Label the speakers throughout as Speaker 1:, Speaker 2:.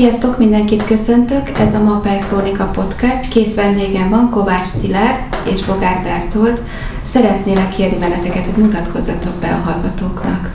Speaker 1: Sziasztok, mindenkit köszöntök! Ez a Mapei Krónika Podcast. Két vendégem van, Kovács Szilárd és Bogár Bertold. Szeretnélek kérni benneteket, hogy mutatkozzatok be a hallgatóknak.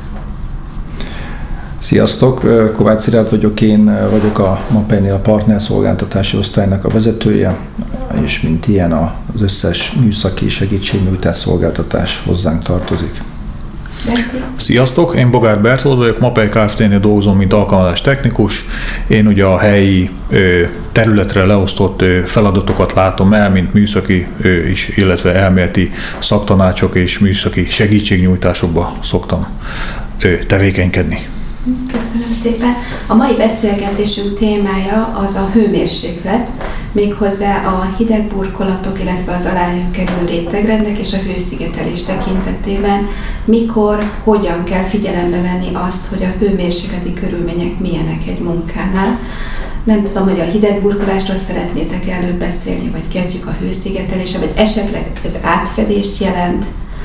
Speaker 2: Sziasztok, Kovács Szilárd vagyok, én vagyok a Mapeinél a partnerszolgáltatási osztálynak a vezetője, és mint ilyen az összes műszaki segítségnyújtás szolgáltatás hozzánk tartozik.
Speaker 3: Sziasztok, én Bogár Bertold vagyok, Mapei Kft-nél dolgozom, mint alkalmazás technikus. Én ugye a helyi területre leosztott feladatokat látom el, mint műszaki is, illetve elméleti szaktanácsok és műszaki segítségnyújtásokba szoktam tevékenykedni.
Speaker 1: Köszönöm szépen. A mai beszélgetésünk témája az a hőmérséklet, méghozzá a hideg burkolatok, illetve az alájuk kerülő rétegrendek és a hőszigetelés tekintetében mikor, hogyan kell figyelembe venni azt, hogy a hőmérsékleti körülmények milyenek egy munkánál. Nem tudom, hogy a hideg burkolásról szeretnétek előbb beszélni, vagy kezdjük a hőszigetelésre, vagy esetleg ez átfedést jelent?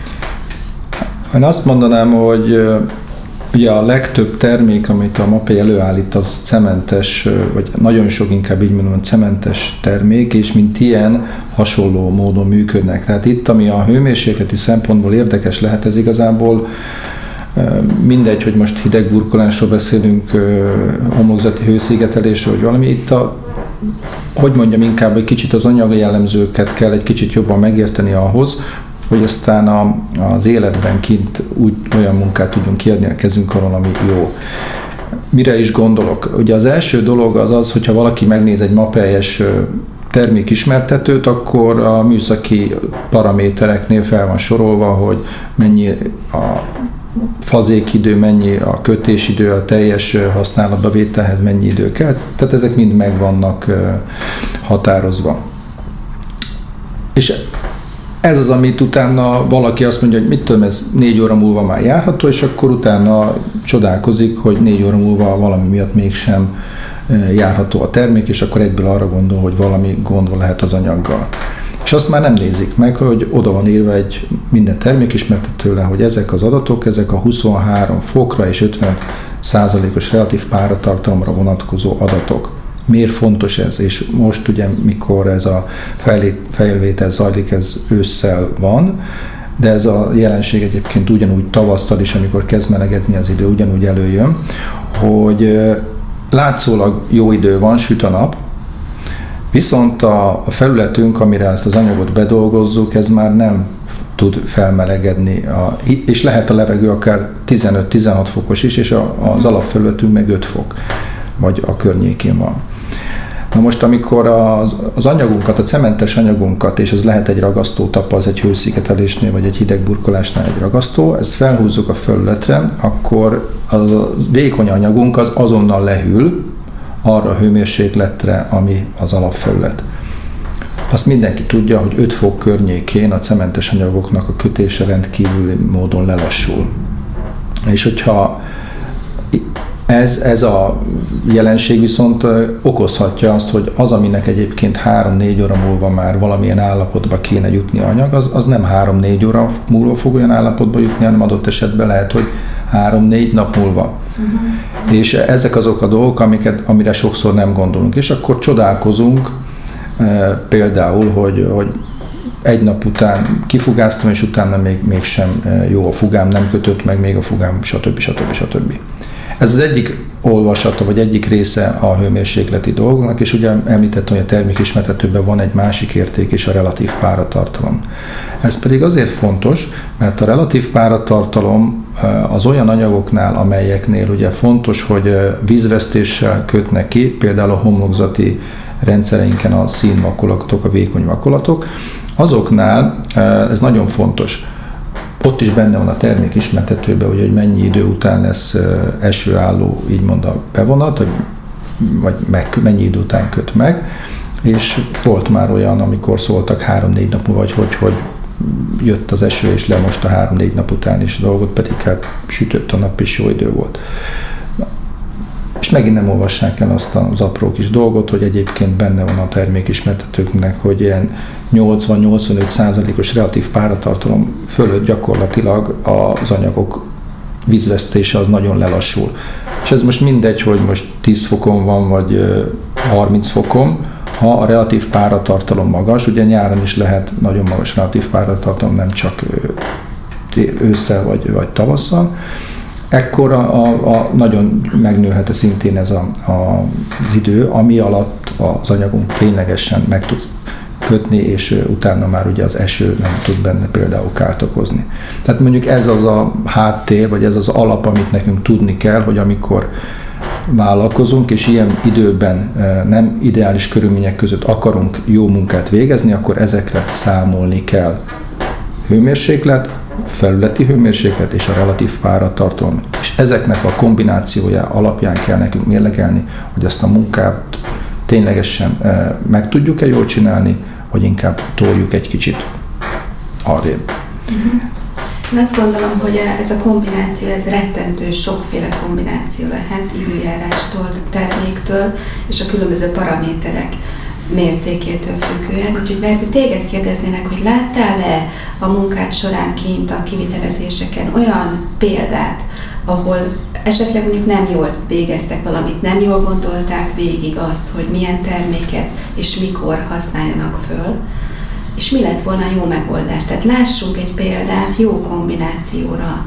Speaker 2: Én azt mondanám, hogy ugye a legtöbb termék, amit a Mapei előállít, az cementes, vagy nagyon sok, inkább így mondom, cementes termék, és mint ilyen hasonló módon működnek. Tehát itt, ami a hőmérsékleti szempontból érdekes lehet, ez igazából mindegy, hogy most hidegburkolásról beszélünk, homlokzati hőszigetelésről, vagy valami. Itt hogy mondjam, inkább egy kicsit az anyagi jellemzőket kell egy kicsit jobban megérteni ahhoz, hogy aztán az életben kint olyan munkát tudjunk kiadni a kezünk alól, ami jó. Mire is gondolok? Ugye az első dolog az, hogyha valaki megnéz egy Mapei-es termékismertetőt, akkor a műszaki paramétereknél fel van sorolva, hogy mennyi a fazékidő, mennyi a kötésidő, a teljes használatba vételhez mennyi idő kell. Tehát ezek mind meg vannak határozva. És ez az, amit utána valaki azt mondja, hogy mit tudom, ez 4 óra múlva már járható, és akkor utána csodálkozik, hogy 4 óra múlva valami miatt mégsem járható a termék, és akkor egyből arra gondol, hogy valami gond lehet az anyaggal. És azt már nem nézik meg, hogy oda van írva egy minden termékismertetőre, hogy ezek az adatok, ezek a 23 fokra és 50%-os relatív páratartalomra vonatkozó adatok. Miért fontos ez? És most ugye, mikor ez a felvétel zajlik, ez ősszel van, de ez a jelenség egyébként ugyanúgy tavasszal is, amikor kezd melegedni az idő, ugyanúgy előjön, hogy látszólag jó idő van, süt a nap, viszont a felületünk, amire ezt az anyagot bedolgozzuk, ez már nem tud felmelegedni, és lehet a levegő akár 15-16 fokos is, és az alapfelületünk meg 5 fok, vagy a környékén van. Na most, amikor az anyagunkat, a cementes anyagunkat, és ez lehet egy ragasztótapa, az egy hőszigetelésnél, vagy egy hidegburkolásnál egy ragasztó, ezt felhúzzuk a felületre, akkor a vékony anyagunk az azonnal lehűl arra a hőmérsékletre, ami az alapfelület. Azt mindenki tudja, hogy 5 fok környékén a cementes anyagoknak a kötése rendkívüli módon lelassul. És hogyha ez a jelenség viszont okozhatja azt, hogy az, aminek egyébként 3-4 óra múlva már valamilyen állapotba kéne jutni anyag, az nem 3-4 óra múlva fog olyan állapotba jutni, hanem adott esetben lehet, hogy 3-4 nap múlva. Uh-huh. És ezek azok a dolgok, amire sokszor nem gondolunk. És akkor csodálkozunk például, hogy egy nap után kifugáztam, és utána mégsem jó a fugám, nem kötött meg még a fugám, stb. Ez az egyik olvasata, vagy egyik része a hőmérsékleti dolgoknak, és ugye említettem, hogy a termékismertetőben van egy másik érték is, a relatív páratartalom. Ez pedig azért fontos, mert a relatív páratartalom az olyan anyagoknál, amelyeknél ugye fontos, hogy vízvesztéssel kötnek ki, például a homlokzati rendszereinken a színvakolatok, a vékony vakolatok, azoknál ez nagyon fontos. Ott is benne van a termékismertetőben, hogy mennyi idő után lesz esőálló, így mond a bevonat, vagy mennyi idő után köt meg, és volt már olyan, amikor szóltak 3-4 nap múlva, hogy jött az eső, és lemosta 3-4 nap után is a dolgot, pedig hát sütött a nap, és jó idő volt. És megint nem olvassák el azt az apró kis dolgot, hogy egyébként benne van a termékismertetőknek, hogy ilyen 80-85%-os relatív páratartalom fölött gyakorlatilag az anyagok vízvesztése az nagyon lelassul. És ez most mindegy, hogy most 10 fokon van, vagy 30 fokon, ha a relatív páratartalom magas, ugye nyáron is lehet nagyon magas relatív páratartalom, nem csak ősszel vagy tavasszal, ekkor nagyon megnőhet szintén ez az idő, ami alatt az anyagunk ténylegesen meg tud kötni, és utána már ugye az eső nem tud benne például kárt okozni. Tehát mondjuk ez az a háttér, vagy ez az alap, amit nekünk tudni kell, hogy amikor vállalkozunk, és ilyen időben nem ideális körülmények között akarunk jó munkát végezni, akkor ezekre számolni kell. Hőmérséklet, felületi hőmérséklet és a relatív páratartalom. És ezeknek a kombinációja alapján kell nekünk mérlegelni, hogy azt a munkát ténylegesen meg tudjuk-e jól csinálni, vagy inkább toljuk egy kicsit arrébb.
Speaker 1: Én azt gondolom, hogy ez a kombináció, ez rettentő sokféle kombináció lehet, időjárástól, terméktől és a különböző paraméterek mértékétől függően. Úgyhogy Berti, téged kérdeznének, hogy láttál-e a munkád során kint a kivitelezéseken olyan példát, ahol esetleg mondjuk nem jól végeztek valamit, nem jól gondolták végig azt, hogy milyen terméket és mikor használjanak föl, és mi lett volna jó megoldás? Tehát lássunk egy példát jó kombinációra.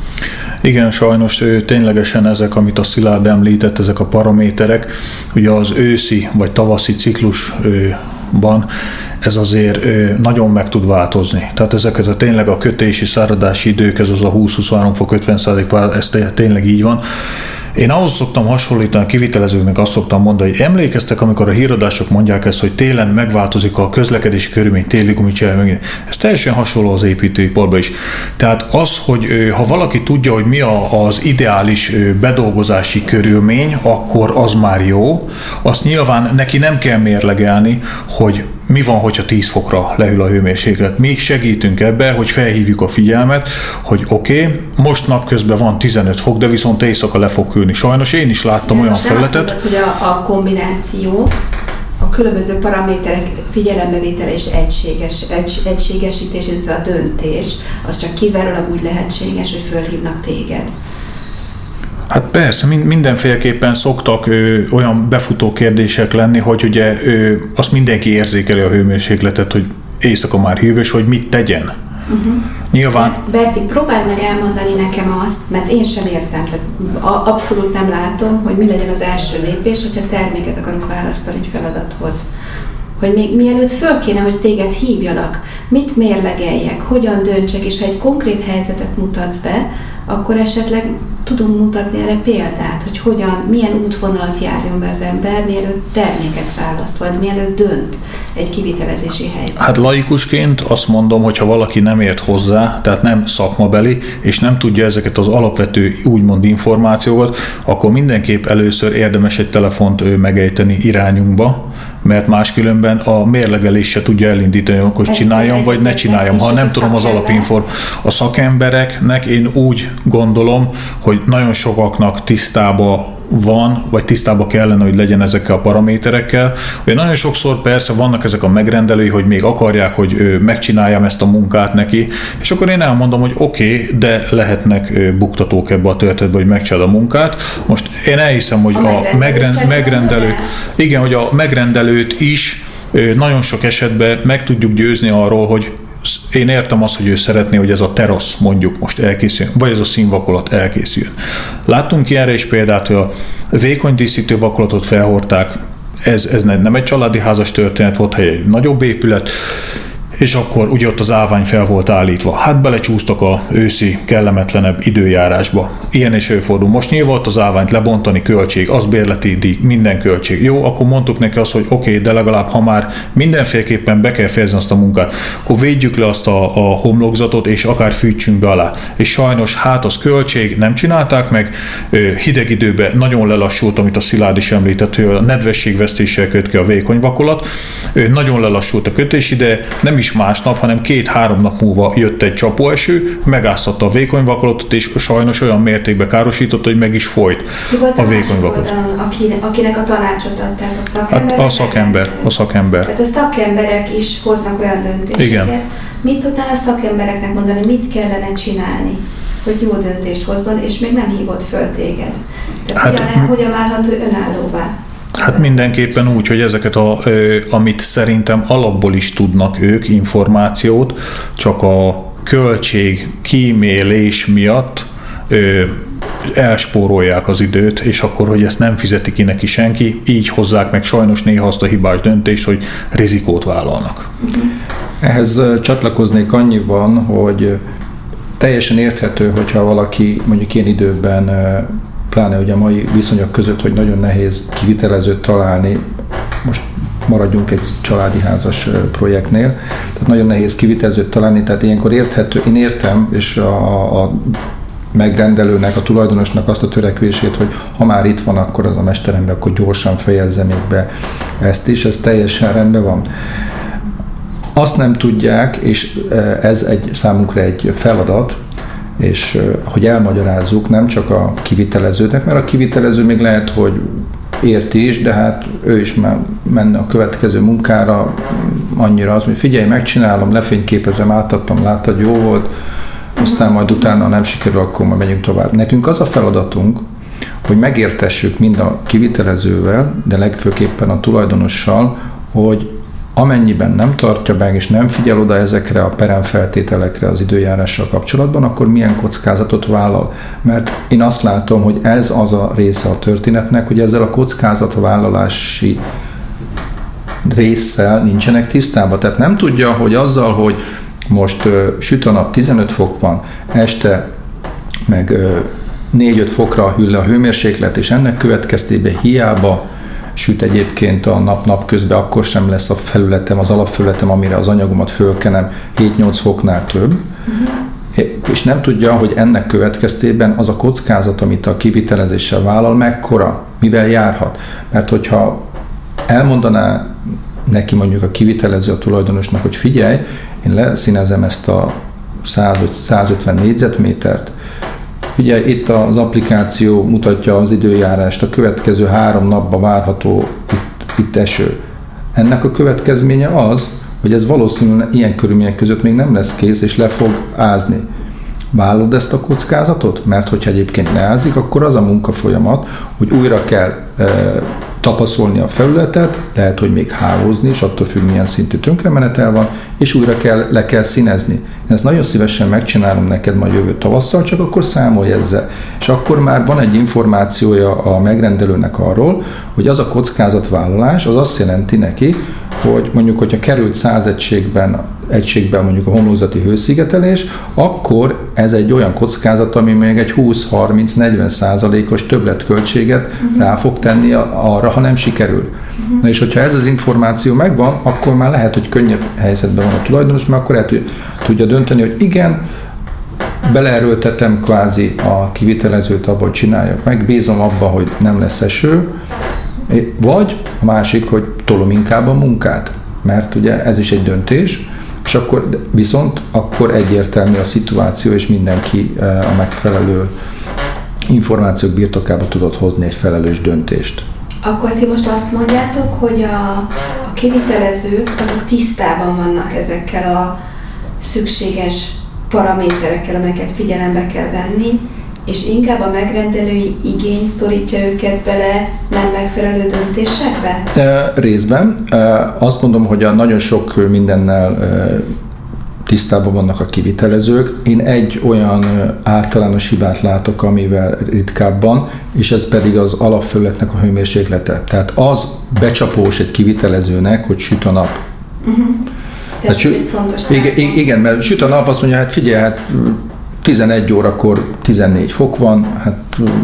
Speaker 3: Igen, sajnos ténylegesen ezek, amit a Szilárd említett, ezek a paraméterek, ugye az őszi vagy tavaszi ciklusban ez azért nagyon meg tud változni. Tehát ezeket tényleg a kötési, száradási idők, ez az a 20-23 fok 50%, ez tényleg így van. Én ahhoz szoktam hasonlítani, a kivitelezőknek azt szoktam mondani, hogy emlékeztek, amikor a híradások mondják ezt, hogy télen megváltozik a közlekedési körülmény, téli gumicsere, ez teljesen hasonló az építőiparban is. Tehát az, hogy ha valaki tudja, hogy mi az ideális bedolgozási körülmény, akkor az már jó. Azt nyilván neki nem kell mérlegelni, hogy mi van, hogyha 10 fokra lehűl a hőmérséklet. Mi segítünk ebbe, hogy felhívjuk a figyelmet, hogy oké, most napközben van 15 fok, de viszont éjszaka le fog hűlni. Sajnos én is láttam olyan felületet.
Speaker 1: Azt mondod, hogy a kombináció, a különböző paraméterek figyelembevétele és egységesítés, illetve a döntés, az csak kizárólag úgy lehetséges, hogy fölhívnak téged.
Speaker 3: Hát persze, mindenféleképpen szoktak olyan befutó kérdések lenni, hogy ugye azt mindenki érzékeli a hőmérsékletet, hogy éjszaka már hűvös, hogy mit tegyen. Nyilván...
Speaker 1: Berti, próbáld meg elmondani nekem azt, mert én sem értem, tehát abszolút nem látom, hogy mi legyen az első lépés, hogyha terméket akarok választani egy feladathoz. Hogy még mielőtt föl kéne, hogy téged hívjalak, mit mérlegeljek, hogyan döntsek, és ha egy konkrét helyzetet mutatsz be, akkor esetleg tudunk mutatni erre példát, hogy hogyan, milyen útvonalat járjon be az ember, mielőtt terméket választ, vagy mielőtt dönt egy kivitelezési helyzetben.
Speaker 3: Hát laikusként azt mondom, hogy ha valaki nem ért hozzá, tehát nem szakmabeli, és nem tudja ezeket az alapvető úgymond információkat, akkor mindenképp először érdemes egy telefont megejteni irányunkba, mert máskülönben a mérlegelés se tudja elindítani, akkor csináljam, vagy ne csináljam. Ha nem tudom az alapinform. A szakembereknek én úgy gondolom, hogy nagyon sokaknak tisztába van, vagy tisztába kellene, hogy legyen ezekkel a paraméterekkel. Ugye nagyon sokszor persze vannak ezek a megrendelői, hogy még akarják, hogy megcsináljam ezt a munkát neki, és akkor én elmondom, hogy oké, de lehetnek buktatók ebbe a történetbe, hogy megcsinálod a munkát. Most én elhiszem, hogy a megrendelő, igen, hogy a megrendelőt is nagyon sok esetben meg tudjuk győzni arról, hogy én értem azt, hogy ő szeretné, hogy ez a terasz mondjuk most elkészüljön, vagy ez a színvakolat elkészüljön. Láttunk ilyenre is példát, hogy a vékony díszítő vakolatot felhordták, ez nem egy családi házas történet volt, egy nagyobb épület, és akkor ugye ott az állvány fel volt állítva. Hát belecsúsztak a őszi kellemetlenebb időjárásba. Ilyen is előfordul. Most nyilván ott az állványt lebontani költség, az bérleti díj, minden költség. Jó, akkor mondtuk neki azt, hogy oké, de legalább ha már mindenféleképpen be kell fejezni azt a munkát, akkor védjük le azt a homlokzatot, és akár fűtsünk be alá. És sajnos hát az költség, nem csinálták meg, hideg időben nagyon lelassult, amit a Szilárd is említett, hogy a nedvességvesztéssel köt ki a vékony vakolat. Nagyon lelassult a kötés ide, nem is másnap, hanem 2-3 nap múlva jött egy csapóeső, megáztatta a vékony vakolatot, és sajnos olyan mértékben károsította, hogy meg is folyt a vékony vakolat.
Speaker 1: Akinek a tanácsot adták a szakemberek?
Speaker 3: Hát a szakember.
Speaker 1: Tehát a szakemberek is hoznak olyan döntéseket.
Speaker 3: Igen.
Speaker 1: Mit tudnál a szakembereknek mondani, mit kellene csinálni? hogy jó döntést hozzon, és még nem hívott föl téged. Tehát
Speaker 3: Hát,
Speaker 1: hogyan válhat ő önállóvá?
Speaker 3: Hát mindenképpen úgy, hogy ezeket, amit szerintem alapból is tudnak ők, információt, csak a költség, kímélés miatt elspórolják az időt, és akkor, hogy ezt nem fizeti ki neki senki, így hozzák meg sajnos néha azt a hibás döntést, hogy rizikót vállalnak.
Speaker 2: Ehhez csatlakoznék annyiban, hogy teljesen érthető, hogyha valaki mondjuk ilyen időben, pláne ugye a mai viszonyok között, hogy nagyon nehéz kivitelezőt találni, most maradjunk egy családi házas projektnél, tehát nagyon nehéz kivitelezőt találni, tehát ilyenkor érthető, én értem, és a megrendelőnek, a tulajdonosnak azt a törekvését, hogy ha már itt van, akkor az a mesterember, akkor gyorsan fejezze még be ezt is, ez teljesen rendben van. Azt nem tudják, és ez számunkra egy feladat, és hogy elmagyarázzuk nem csak a kivitelezőnek, mert a kivitelező még lehet, hogy érti is, de hát ő is már menne a következő munkára, annyira az, hogy figyelj, megcsinálom, lefényképezem, átadtam, láttad, jó volt, aztán majd utána nem sikerül, akkor majd megyünk tovább. Nekünk az a feladatunk, hogy megértessük mind a kivitelezővel, de legfőképpen a tulajdonossal, hogy amennyiben nem tartja meg és nem figyel oda ezekre a peremfeltételekre az időjárással kapcsolatban, akkor milyen kockázatot vállal. Mert én azt látom, hogy ez az a része a történetnek, hogy ezzel a kockázatvállalási résszel nincsenek tisztában. Tehát nem tudja, hogy azzal, hogy most süt a nap, 15 fok van, este meg 4-5 fokra hűl le a hőmérséklet, és ennek következtében hiába süt egyébként a nap napközben, akkor sem lesz a felületem, az alapfelületem, amire az anyagomat fölkenem 7-8 foknál több, és nem tudja, hogy ennek következtében az a kockázat, amit a kivitelezéssel vállal, mekkora, mivel járhat. Mert hogyha elmondaná neki mondjuk a kivitelező, a tulajdonosnak, hogy figyelj, én leszínezem ezt a 150 négyzetmétert, ugye itt az applikáció mutatja az időjárást, a következő 3 napban várható itt eső. Ennek a következménye az, hogy ez valószínűleg ilyen körülmények között még nem lesz kész, és le fog ázni. Vállod ezt a kockázatot? Mert hogyha egyébként leázik, akkor az a munkafolyamat, hogy újra kell tapaszolni a felületet, lehet, hogy még hálózni, és attól függ, milyen szintű tönkremenetel van, és újra le kell színezni. Én ezt nagyon szívesen megcsinálom neked majd jövő tavasszal, csak akkor számolj ezzel. És akkor már van egy információja a megrendelőnek arról, hogy az a kockázatvállalás, az azt jelenti neki, hogy mondjuk, hogyha került 100 egységben mondjuk a homlokzati hőszigetelés, akkor ez egy olyan kockázat, ami még egy 20-30-40%-os többletköltséget rá fog tenni arra, ha nem sikerül. Na és hogyha ez az információ megvan, akkor már lehet, hogy könnyebb helyzetben van a tulajdonos, mert akkor lehet, hogy tudja dönteni, hogy igen, beleerőltetem kvázi a kivitelezőt abba, hogy csináljak meg, bízom abba, hogy nem lesz eső, vagy a másik, hogy tolom inkább a munkát, mert ugye ez is egy döntés, és akkor viszont akkor egyértelmű a szituáció, és mindenki a megfelelő információk birtokába tudott hozni egy felelős döntést.
Speaker 1: Akkor ti most azt mondjátok, hogy a kivitelezők azok tisztában vannak ezekkel a szükséges paraméterekkel, amelyeket figyelembe kell venni, és inkább a megrendelői igény szorítja őket bele nem megfelelő döntésekbe?
Speaker 2: Részben. Azt mondom, hogy nagyon sok mindennel tisztában vannak a kivitelezők. Én egy olyan általános hibát látok, amivel ritkábban, és ez pedig az alapfelületnek a hőmérséklete. Tehát az becsapós egy kivitelezőnek, hogy süt a nap.
Speaker 1: Tehát ez egy fontos
Speaker 2: igen, mert süt a nap, azt mondja, hát figyelj, hát 11 órakor 14 fok van, hát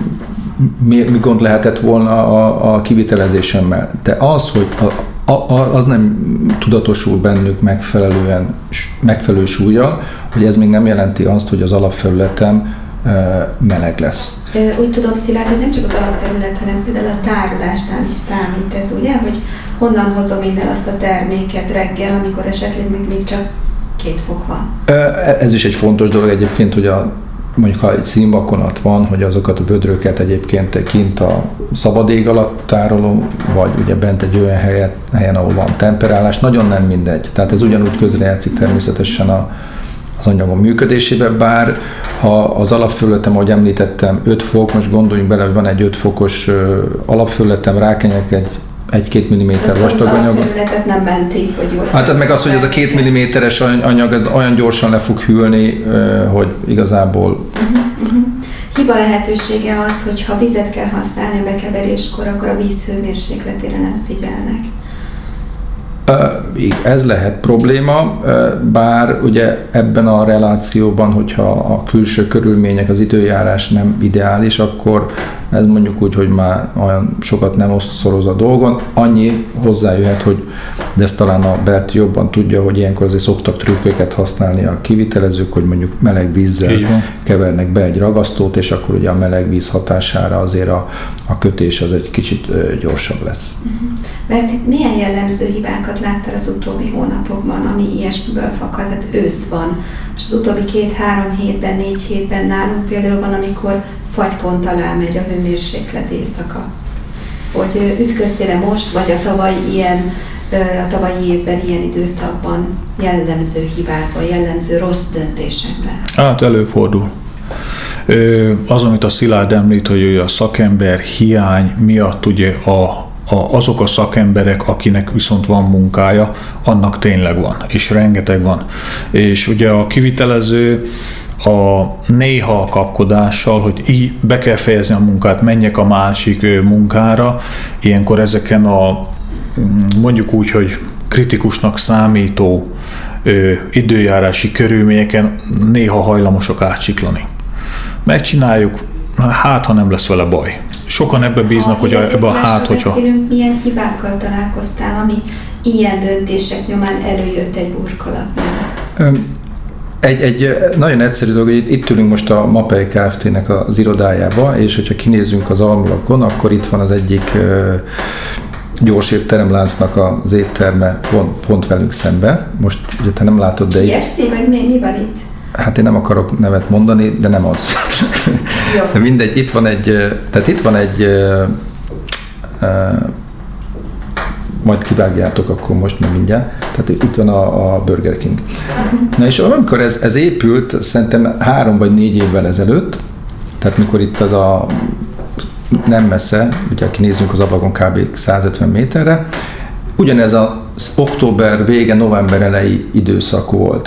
Speaker 2: mi gond lehetett volna a kivitelezésemmel. De az, hogy az nem tudatosul bennük megfelelő súllyal, hogy ez még nem jelenti azt, hogy az alapfelületem meleg lesz.
Speaker 1: Úgy tudom, Szilárd, hogy nem csak az alapfelület, hanem például a tárolásnál is számít ez, ugye? Hogy honnan hozom innen azt a terméket reggel, amikor esetleg még csak 2 fok van.
Speaker 2: Ez is egy fontos dolog egyébként, hogy mondjuk ha egy színvakonat van, hogy azokat a vödröket egyébként kint a szabad ég alatt tárolom, vagy ugye bent egy olyan helyen, ahol van temperálás, nagyon nem mindegy. Tehát ez ugyanúgy közrejátszik természetesen a az anyagon működésébe, bár ha az alapfelületem, ahogy említettem, 5 fok, most gondoljunk bele, hogy van egy 5 fokos alapfelületem, rákenyek egy 1-2 mm vastag anyag.
Speaker 1: Az alapfelületet nem menti, hogy jól.
Speaker 2: Hát meg az, hogy ez a 2 mm-es anyag ez olyan gyorsan le fog hűlni, hogy igazából...
Speaker 1: Hiba lehetősége az, hogy ha vizet kell használni a bekeveréskor, akkor a víz hőmérsékletére nem figyelnek.
Speaker 2: Ez lehet probléma, bár ugye ebben a relációban, hogyha a külső körülmények, az időjárás nem ideális, akkor ez mondjuk úgy, hogy már olyan sokat nem osztszoroz a dolgon. Annyi hozzájöhet, hogy de ezt talán a Berti jobban tudja, hogy ilyenkor azért szoktak trükköket használni a kivitelezők, hogy mondjuk meleg vízzel kevernek be egy ragasztót, és akkor ugye a meleg víz hatására azért a kötés az egy kicsit gyorsabb lesz.
Speaker 1: Berti, milyen jellemző hibákat láttál az utóbbi hónapokban, ami ilyesmiből fakad? Hát ősz van. Most az utóbbi 2-3 hétben, 4 hétben nálunk például van, amikor fagypont alá megy a hőmérséklet éjszaka. Hogy ütköztél most, vagy a tavalyi évben ilyen időszakban jellemző hibákban, jellemző rossz döntésekben?
Speaker 3: Hát előfordul. Az, amit a Szilárd említ, hogy a szakember hiány miatt ugye azok a szakemberek, akinek viszont van munkája, annak tényleg van, és rengeteg van. És ugye a kivitelező néha a kapkodással, hogy így be kell fejezni a munkát, menjek a másik munkára, ilyenkor ezeken mondjuk úgy, hogy kritikusnak számító időjárási körülményeken néha hajlamosak átsiklani. Megcsináljuk, hát ha nem lesz vele baj. Sokan ebbe bíznak, hogy ebbe a hogyha...
Speaker 1: Milyen hibákkal találkoztál, ami ilyen döntések nyomán előjött egy burkolatnál?
Speaker 2: Egy nagyon egyszerű dolog, hogy itt ülünk most a Mapei Kft-nek az irodájába, és hogyha kinézzünk az alulakon, akkor itt van az egyik gyorsért teremláncnak az étterme pont velünk szembe. Most ugye te nem látod, de
Speaker 1: KFC, vagy mi van itt?
Speaker 2: Hát én nem akarok nevet mondani, de nem az. De mindegy, itt van egy majd kivágjátok akkor most, meg mindjárt. Tehát itt van a Burger King. Na és amikor ez épült, szerintem 3 vagy 4 évvel ezelőtt, tehát mikor itt az nem messze, ugye kinézzünk az ablakon kb. 150 méterre, ugyanez az október vége, november elejé időszak volt.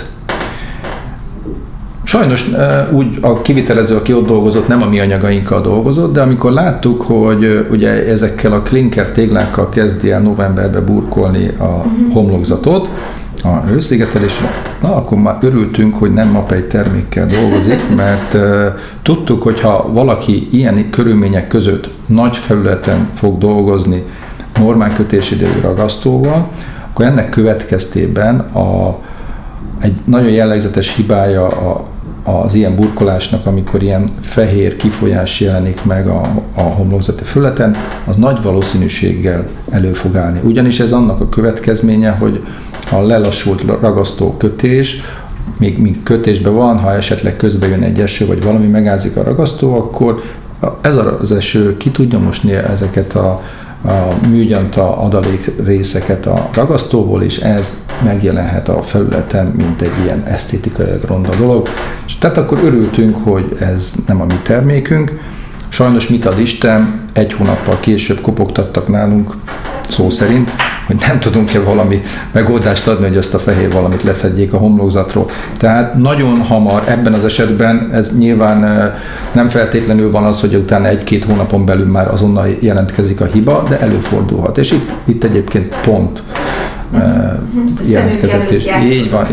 Speaker 2: Sajnos úgy a kivitelező, aki ott dolgozott, nem a mi anyagainkkal dolgozott, de amikor láttuk, hogy ugye ezekkel a klinker téglákkal kezdi el novemberbe burkolni a homlokzatot, a hőszigetelésre, akkor már örültünk, hogy nem Mapei termékkel dolgozik, mert tudtuk, hogy ha valaki ilyen körülmények között nagy felületen fog dolgozni normál kötésidejű ragasztóval, akkor ennek következtében egy nagyon jellegzetes hibája az ilyen burkolásnak, amikor ilyen fehér kifolyás jelenik meg a homlokzati felületen, az nagy valószínűséggel elő fog állni. Ugyanis ez annak a következménye, hogy a lelassult ragasztó kötés, még kötésben van, ha esetleg közben jön egy eső, vagy valami megázik a ragasztó, akkor ez az eső ki tudja mosni ezeket a műgyanta adalék részeket a ragasztóból, és ez megjelenhet a felületen, mint egy ilyen esztétikai ronda dolog. És tehát akkor örültünk, hogy ez nem a mi termékünk. Sajnos mit ad Isten, 1 hónappal később kopogtattak nálunk, szó szerint, hogy nem tudunk-e valami megoldást adni, hogy azt a fehér valamit leszedjék a homlokzatról. Tehát nagyon hamar, ebben az esetben ez nyilván nem feltétlenül van az, hogy utána 1-2 hónapon belül már azonnal jelentkezik a hiba, de előfordulhat. És itt egyébként pont jelentkezett, és így van.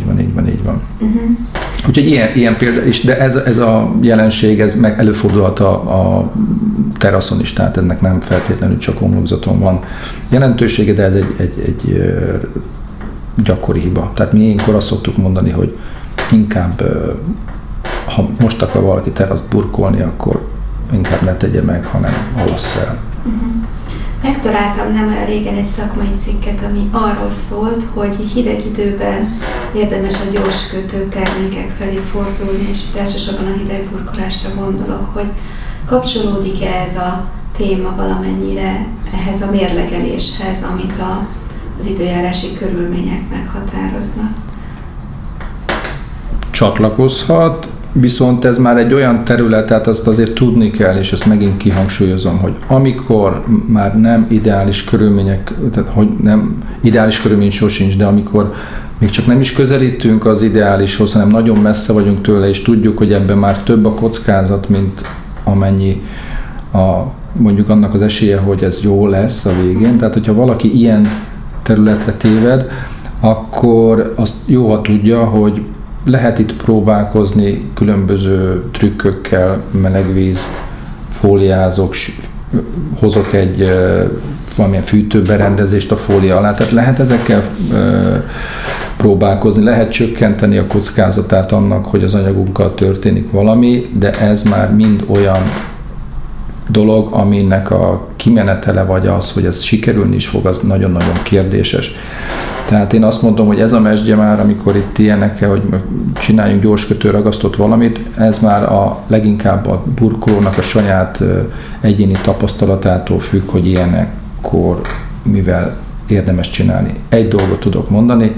Speaker 2: Úgyhogy ilyen példa is, de ez a jelenség, ez meg előfordulhat a teraszon is, tehát ennek nem feltétlenül csak homlokzaton van jelentősége, de ez egy gyakori hiba. Tehát mi ilyenkor azt szoktuk mondani, hogy inkább, ha most akar valaki teraszt burkolni, akkor inkább ne tegye meg, hanem halassz el.
Speaker 1: Megtaláltam nem olyan régen egy szakmai cikket, ami arról szólt, hogy hideg időben érdemes a gyors kötő termékek felé fordulni, és itt elsősorban a hidegburkolásra gondolok, hogy kapcsolódik-e ez a téma valamennyire ehhez a mérlegeléshez, amit az időjárási körülmények meghatároznak?
Speaker 2: csatlakozhat, viszont ez már egy olyan terület, tehát azt azért tudni kell, és ezt megint kihangsúlyozom, hogy amikor már nem ideális körülmények, tehát hogy nem ideális körülmény sosincs, de amikor még csak nem is közelítünk az ideálishoz, hanem nagyon messze vagyunk tőle, és tudjuk, hogy ebben már több a kockázat, mint amennyi mondjuk annak az esélye, hogy ez jó lesz a végén. Tehát, hogyha valaki ilyen területre téved, akkor azt jó, ha tudja, hogy lehet itt próbálkozni különböző trükkökkel, melegvíz, fóliázok, hozok egy valamilyen fűtőberendezést a fólia alá, tehát lehet ezekkel próbálkozni, lehet csökkenteni a kockázatát annak, hogy az anyagunkkal történik valami, de ez már mind olyan dolog, aminek a kimenetele vagy az, hogy ez sikerülni is fog, az nagyon-nagyon kérdéses. Tehát én azt mondom, hogy ez a mesdje már, amikor itt ilyenekkel, hogy csináljunk gyorskötő ragasztott valamit, ez már leginkább a burkolónak a saját egyéni tapasztalatától függ, hogy ilyenekkor mivel érdemes csinálni. Egy dolgot tudok mondani,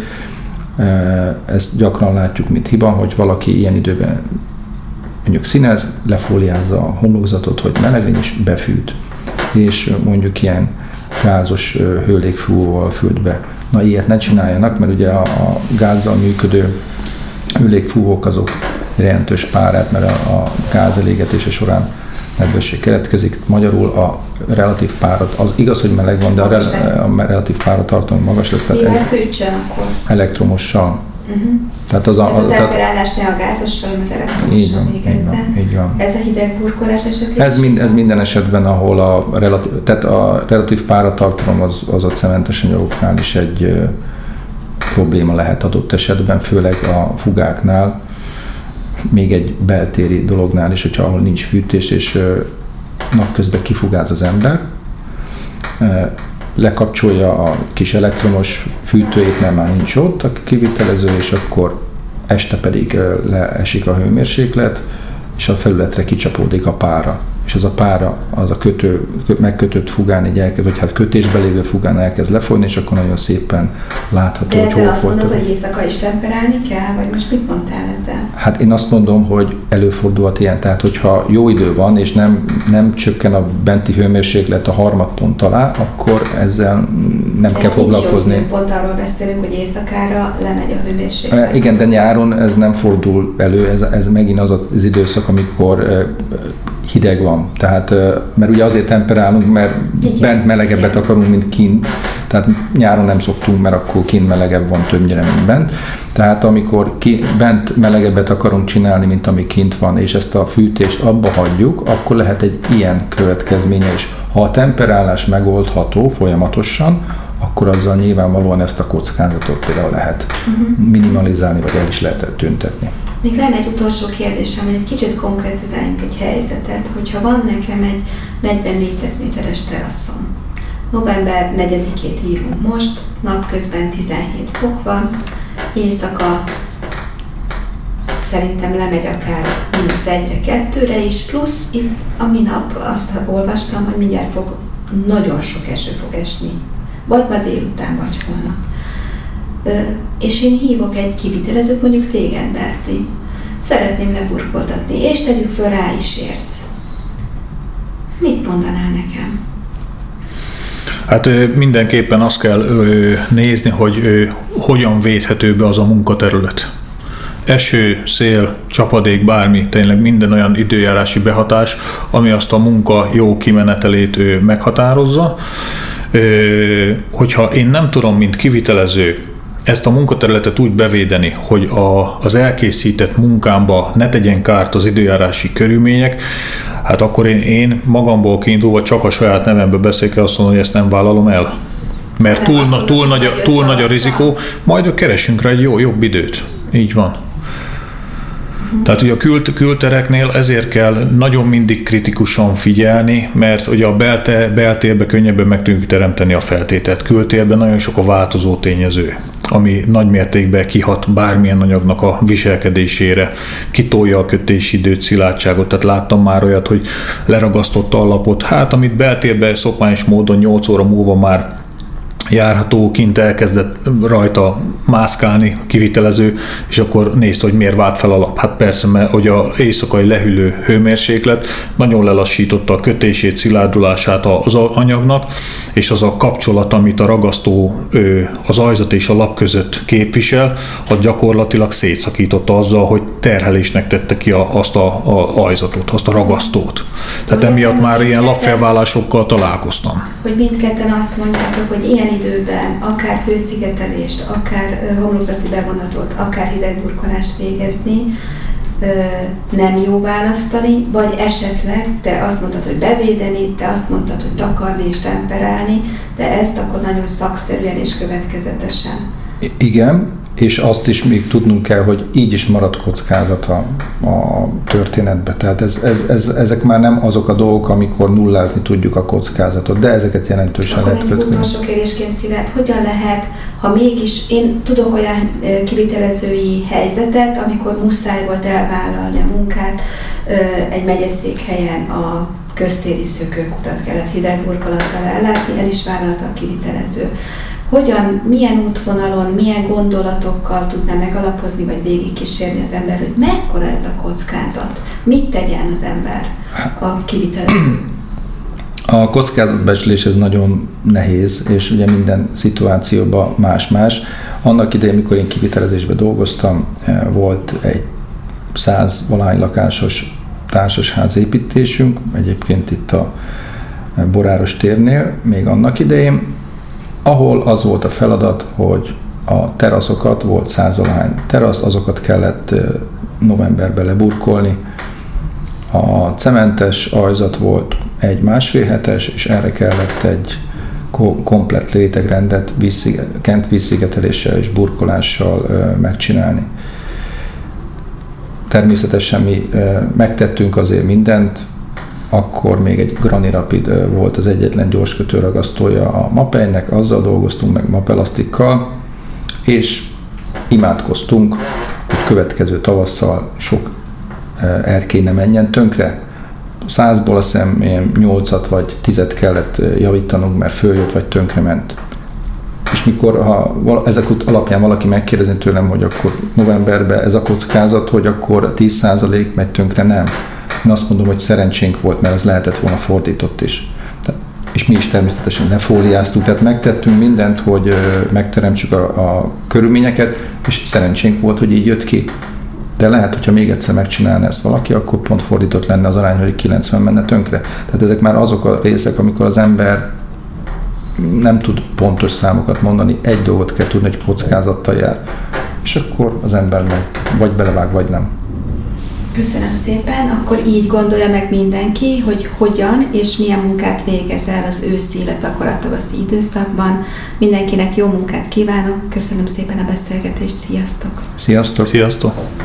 Speaker 2: ezt gyakran látjuk, mint hiba, hogy valaki ilyen időben mondjuk színez, lefóliázza a homlokzatot, hogy meleg legyen, és befűt. És mondjuk ilyen gázos hőlégfúvóval fűt be. Na, ilyet ne csináljanak, mert ugye a gázzal működő hőlégfúvók azok jelentős párát, mert a gáz elégetése során nedvesség keletkezik. Magyarul a relatív párat, az igaz, hogy meleg van, de a relatív páratartalom magas lesz.
Speaker 1: Tehát ez fűtsen akkor?
Speaker 2: Elektromossal.
Speaker 1: Tehát a temperálásnál a gázossal, az elektromossal
Speaker 2: így van.
Speaker 1: Ez a hideg burkolás esetében?
Speaker 2: Ez minden esetben, ahol a relatív páratartalom az a cementes anyagoknál is egy probléma lehet adott esetben, főleg a fugáknál, még egy beltéri dolognál is, hogyha ahol nincs fűtés, és napközben kifugáz az ember, lekapcsolja a kis elektromos fűtőjét, mert már nincs ott a kivitelező, és akkor este pedig leesik a hőmérséklet, és a felületre kicsapódik a pára. És az a pára, az a megkötött fugán így elkezd, vagy hát kötésbe lévő fugán elkezd lefolyni, és akkor nagyon szépen látható,
Speaker 1: de
Speaker 2: hogy hol
Speaker 1: azt mondod,
Speaker 2: folytatódik.
Speaker 1: hogy éjszaka is temperálni kell, vagy most mit mondtál ezzel?
Speaker 2: Hát én azt mondom, hogy előfordulhat ilyen, tehát hogyha jó idő van, és nem csökken a benti hőmérséklet a harmadpont alá, akkor ezzel nem kell foglalkozni.
Speaker 1: Nincs jó pont, arról beszélünk, hogy éjszakára lemegy a hőmérséklet.
Speaker 2: Igen, de nyáron ez nem fordul elő, ez megint az az időszak, amikor hideg van. Tehát, mert ugye azért temperálunk, mert bent melegebbet akarunk, mint kint. Tehát nyáron nem szoktunk, mert akkor kint melegebb van többnyire, mint bent. Tehát amikor bent melegebbet akarunk csinálni, mint ami kint van, és ezt a fűtést abba hagyjuk, akkor lehet egy ilyen következménye is. Ha a temperálás megoldható folyamatosan, akkor azzal nyilvánvalóan ezt a kockázatot például lehet minimalizálni, vagy el is lehet tüntetni.
Speaker 1: Még lenne egy utolsó kérdésem, hogy egy kicsit konkrétizáljunk egy helyzetet, hogyha van nekem egy 40 négyzetméteres teraszom. November 4-ét írunk most, napközben 17 fok van, éjszaka szerintem lemegy akár -1-re, 2-re is, plusz itt a minap azt olvastam, hogy mindjárt nagyon sok eső fog esni. Vagy ma délután, vagy holnap. És én hívok egy kivitelezőt, mondjuk téged, Berti. Szeretném leburkoltatni, és tegyük föl, rá is érsz. Mit mondanál nekem?
Speaker 3: Hát mindenképpen azt kell nézni, hogy hogyan védhető be az a munkaterület. Eső, szél, csapadék, bármi, tényleg minden olyan időjárási behatás, ami azt a munka jó kimenetelét meghatározza. Hogyha én nem tudom, mint kivitelező, ezt a munkaterületet úgy bevédeni, hogy az elkészített munkámba ne tegyen kárt az időjárási körülmények, hát akkor én magamból kiindulva csak a saját nevembe beszélek, azt mondom, hogy ezt nem vállalom el. Mert túl nagy a rizikó, majd keresünk rá egy jobb időt. Így van. Tehát ugye a kültereknél ezért kell nagyon mindig kritikusan figyelni, mert ugye a beltérbe könnyebben meg tudjuk teremteni a feltételt. Kültérben nagyon sok a változó tényező, ami nagy mértékben kihat bármilyen anyagnak a viselkedésére, kitolja a kötési időt, szilárdságot. Tehát láttam már olyat, hogy leragasztotta a lapot, hát amit beltérben szokványos módon 8 óra múlva már járható, kint elkezdett rajta mászkálni kivitelező, és akkor nézte, hogy miért vált fel a lap. Hát persze, mert hogy az éjszakai lehűlő hőmérséklet nagyon lelassította a kötését, szilárdulását az anyagnak, és az a kapcsolat, amit a ragasztó, az ajzat és a lap között képvisel, az gyakorlatilag szétszakította azzal, hogy terhelésnek tette ki azt az ajzatot, azt a ragasztót. Tehát emiatt már ilyen lapfelválásokkal találkoztam.
Speaker 1: Hogy mindketten azt mondjátok, hogy ilyen időben akár hőszigetelést, akár homlokzati bevonatot, akár hidegburkolást végezni nem jó választani, vagy esetleg te azt mondtad, hogy bevédeni, te azt mondtad, hogy takarni és temperálni, de ezt akkor nagyon szakszerűen és következetesen.
Speaker 2: Igen, és azt is még tudnunk kell, hogy így is marad kockázat a történetben. Tehát ezek már nem azok a dolgok, amikor nullázni tudjuk a kockázatot, de ezeket jelentősen lehet kötni.
Speaker 1: Akkor utolsó kérdésként, Szilárd, hogyan lehet, ha mégis, én tudok olyan kivitelezői helyzetet, amikor muszáj volt elvállalni a munkát, egy megyeszékhelyen a köztéri szökőkutat kellett hidegburkolattal ellátni, el is vállalta a kivitelező. Hogyan, milyen útvonalon, milyen gondolatokkal tudná megalapozni, vagy végigkísérni az ember, hogy mekkora ez a kockázat? Mit tegyen az ember a kivitelező?
Speaker 2: A kockázatbecslés ez nagyon nehéz, és ugye minden szituációban más-más. Annak idején, mikor én kivitelezésben dolgoztam, volt egy 100-valahány lakásos társasház építésünk, egyébként itt a Boráros térnél, még annak idején, ahol az volt a feladat, hogy a teraszokat, volt 100-valahány terasz, azokat kellett novemberben leburkolni. A cementes ajzat volt egy 1,5 hetes, és erre kellett egy komplett rétegrendet kent vízszigeteléssel és burkolással megcsinálni. Természetesen mi megtettünk azért mindent, akkor még egy Granny Rapid volt az egyetlen gyorskötőragasztója a Mapeinek, azzal dolgoztunk meg Mapelasztikkal, és imádkoztunk, hogy következő tavasszal sok erkély ne menjen tönkre. 100-ból azt hiszem 8-at vagy 10-et kellett javítanunk, mert följött vagy tönkrement. És mikor ezek alapján valaki megkérdezi tőlem, hogy akkor novemberben ez a kockázat, hogy akkor 10% megy tönkre, nem. Én azt mondom, hogy szerencsénk volt, mert ez lehetett volna fordított is. És mi is természetesen lefóliáztuk, tehát megtettünk mindent, hogy megteremtsük a körülményeket, és szerencsénk volt, hogy így jött ki. De lehet, hogyha még egyszer megcsinálna ezt valaki, akkor pont fordított lenne az arány, hogy 90 menne tönkre. Tehát ezek már azok a részek, amikor az ember nem tud pontos számokat mondani, egy dolgot kell tudni, hogy kockázattal jár. És akkor az ember meg vagy belevág, vagy nem.
Speaker 1: Köszönöm szépen. Akkor így gondolja meg mindenki, hogy hogyan és milyen munkát végez el az őszi, illetve a koratavaszi időszakban. Mindenkinek jó munkát kívánok. Köszönöm szépen a beszélgetést. Sziasztok!
Speaker 2: Sziasztok!
Speaker 3: Sziasztok!